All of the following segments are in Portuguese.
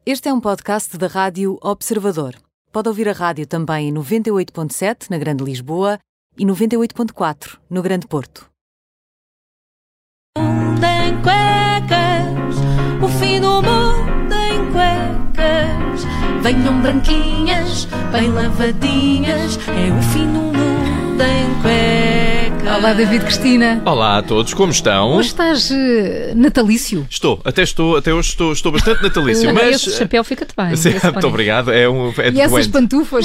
Este é um podcast da Rádio Observador. Pode ouvir a rádio também em 98.7 na Grande Lisboa e 98.4 no Grande Porto. Em cuecas, o fim do mundo em cuecas. Venham branquinhas, bem lavadinhas, é o fim do mundo em cuecas. Olá, David, Cristina. Olá a todos, como estão? Hoje estás natalício? Até hoje estou bastante natalício, mas... Esse chapéu fica-te bem. Sim, muito obrigado, é e essas pantufas?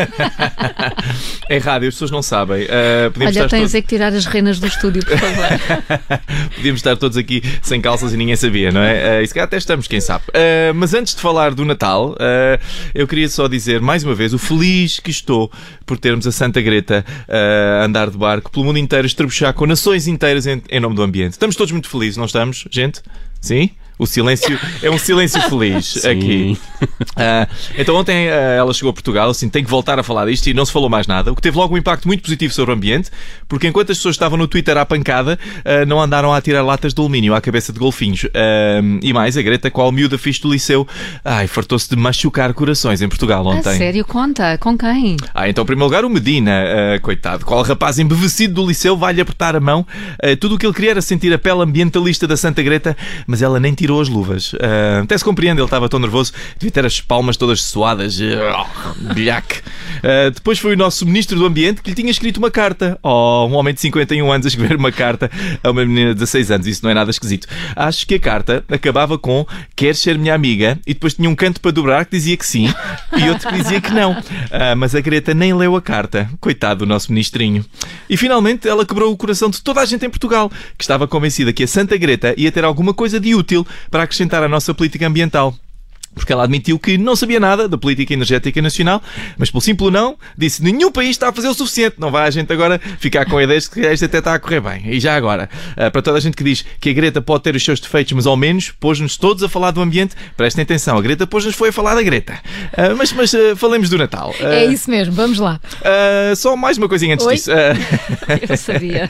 Em rádio as pessoas não sabem. Olha, tens é que tirar as renas do estúdio, por favor. Podíamos estar todos aqui sem calças e ninguém sabia, não é? E se calhar até estamos, quem sabe. Mas antes de falar do Natal, eu queria só dizer mais uma vez o feliz que estou por termos a Santa Greta a andar de barco pelo mundo inteiro, estrebuchar com nações inteiras em nome do ambiente. Estamos todos muito felizes, não estamos, gente? Sim? O silêncio é um silêncio feliz aqui. Então ontem ela chegou a Portugal, assim, tem que voltar a falar disto e não se falou mais nada, o que teve logo um impacto muito positivo sobre o ambiente, porque enquanto as pessoas estavam no Twitter à pancada, não andaram a tirar latas de alumínio à cabeça de golfinhos. E mais, a Greta, qual miúda fixe do liceu, fartou-se de machucar corações em Portugal ontem. A sério? Conta? Com quem? Então, em primeiro lugar, o Medina, coitado, qual rapaz embevecido do liceu vai-lhe apertar a mão. Tudo o que ele queria era sentir a pele ambientalista da Santa Greta, mas ela nem tirou as luvas. Até se compreende, ele estava tão nervoso, devia ter as palmas todas suadas. Bilhaque. Depois foi o nosso Ministro do Ambiente que lhe tinha escrito uma carta. Um homem de 51 anos a escrever uma carta a uma menina de 16 anos. Isso não é nada esquisito. Acho que a carta acabava com "Queres ser minha amiga?" e depois tinha um canto para dobrar que dizia que sim e outro que dizia que não. Mas a Greta nem leu a carta. Coitado do nosso ministrinho. E finalmente ela quebrou o coração de toda a gente em Portugal, que estava convencida que a Santa Greta ia ter alguma coisa de útil para acrescentar à nossa política ambiental. Porque ela admitiu que não sabia nada da política energética nacional, mas pelo simples não, disse: nenhum país está a fazer o suficiente. Não vai a gente agora ficar com ideias de que isto até está a correr bem. E já agora, para toda a gente que diz que a Greta pode ter os seus defeitos, mas ao menos pôs-nos todos a falar do ambiente, prestem atenção, a Greta pôs-nos foi a falar da Greta. Mas falemos do Natal. É isso mesmo, vamos lá. Só mais uma coisinha antes disso. Eu sabia.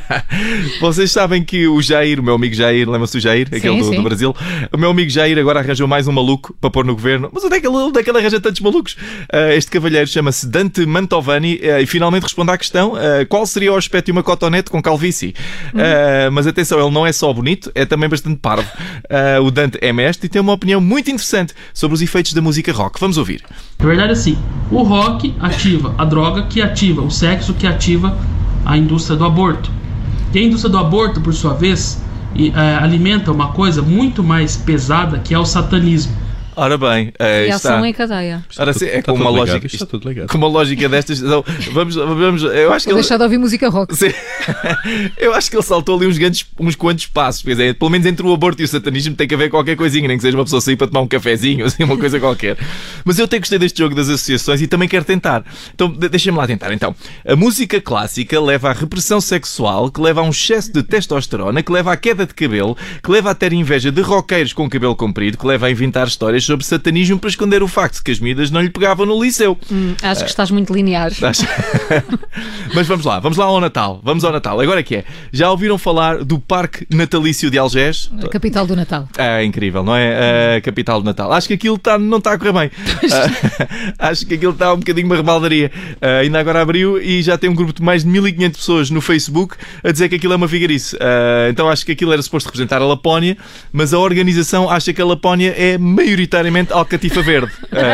Vocês sabem que o Jair, o meu amigo Jair, lembra-se do Jair? Aquele do Brasil? O meu amigo Jair agora arranjou mais um maluco para pôr no governo. Mas onde é que ele arranja tantos malucos? Este cavalheiro chama-se Dante Mantovani e finalmente responde à questão: qual seria o aspecto de uma cotonete com calvície? Mas atenção, ele não é só bonito, é também bastante parvo. O Dante é mestre e tem uma opinião muito interessante sobre os efeitos da música rock. Vamos ouvir. Na verdade, assim, o rock ativa a droga, que ativa o sexo, que ativa a indústria do aborto. E a indústria do aborto, por sua vez, alimenta uma coisa muito mais pesada, que é o satanismo. Ora bem, reação em cadeia. Ora, é com uma lógica. Está tudo ligado. Com uma lógica destas. Então, vamos. Eu acho que ele deixar de ouvir música rock. Sim. Eu acho que ele saltou ali uns quantos passos. Quer dizer, pelo menos entre o aborto e o satanismo tem que haver qualquer coisinha, nem que seja uma pessoa sair para tomar um cafezinho, assim, uma coisa qualquer. Mas eu até gostei deste jogo das associações e também quero tentar. Então, deixem-me lá tentar. Então, a música clássica leva à repressão sexual, que leva a um excesso de testosterona, que leva à queda de cabelo, que leva a ter inveja de roqueiros com cabelo comprido, que leva a inventar histórias sobre satanismo para esconder o facto de que as miúdas não lhe pegavam no liceu. Acho que estás muito linear. Mas vamos lá ao Natal. Vamos ao Natal. Agora que é? Já ouviram falar do Parque Natalício de Algés? A capital do Natal. É incrível, não é? A capital do Natal. Acho que aquilo não está a correr bem. Acho que aquilo está um bocadinho uma rebaldaria. Ainda agora abriu e já tem um grupo de mais de 1500 pessoas no Facebook a dizer que aquilo é uma vigarice. Então acho que aquilo era suposto representar a Lapónia, mas a organização acha que a Lapónia é maioritariamente alcatifa verde.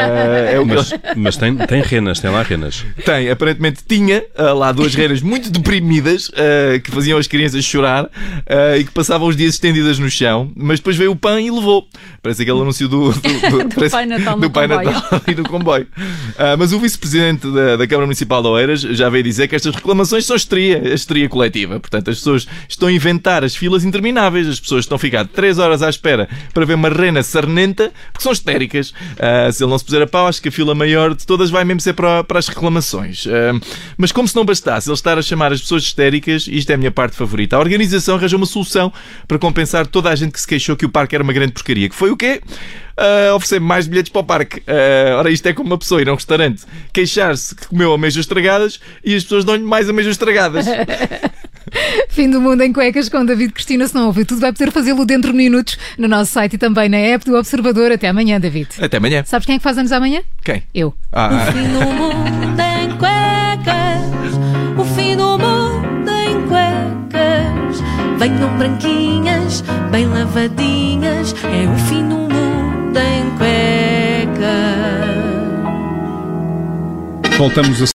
Mas tem renas, tem lá renas. Tem, aparentemente tinha lá duas renas muito deprimidas que faziam as crianças chorar e que passavam os dias estendidas no chão, mas depois veio o PAN e levou. Parece aquele anúncio do Pai Natal do Pai Natal e do comboio. Mas o vice-presidente da Câmara Municipal de Oeiras já veio dizer que estas reclamações são histeria coletiva. Portanto, as pessoas estão a inventar as filas intermináveis, as pessoas estão a ficar 3 horas à espera para ver uma rena sarnenta porque são histéricas. Se ele não se puser a pau, acho que a fila maior de todas vai mesmo ser para as reclamações. Mas como se não bastasse ele estar a chamar as pessoas histéricas, isto é a minha parte favorita, a organização arranjou uma solução para compensar toda a gente que se queixou que o parque era uma grande porcaria. Que foi o quê? Oferecer mais bilhetes para o parque. Ora, isto é como uma pessoa ir a um restaurante queixar-se que comeu amêijoas estragadas e as pessoas dão-lhe mais amêijoas estragadas. Fim do Mundo em Cuecas com David Cristina. Se não ouviu tudo, vai poder fazê-lo dentro de minutos no nosso site e também na app do Observador. Até amanhã, David. Até amanhã. Sabes quem é que faz anos amanhã? Quem? Eu. O fim do mundo em cuecas, o fim do mundo em cuecas. Venham branquinhas, bem lavadinhas, é o fim do mundo em cuecas. Voltamos a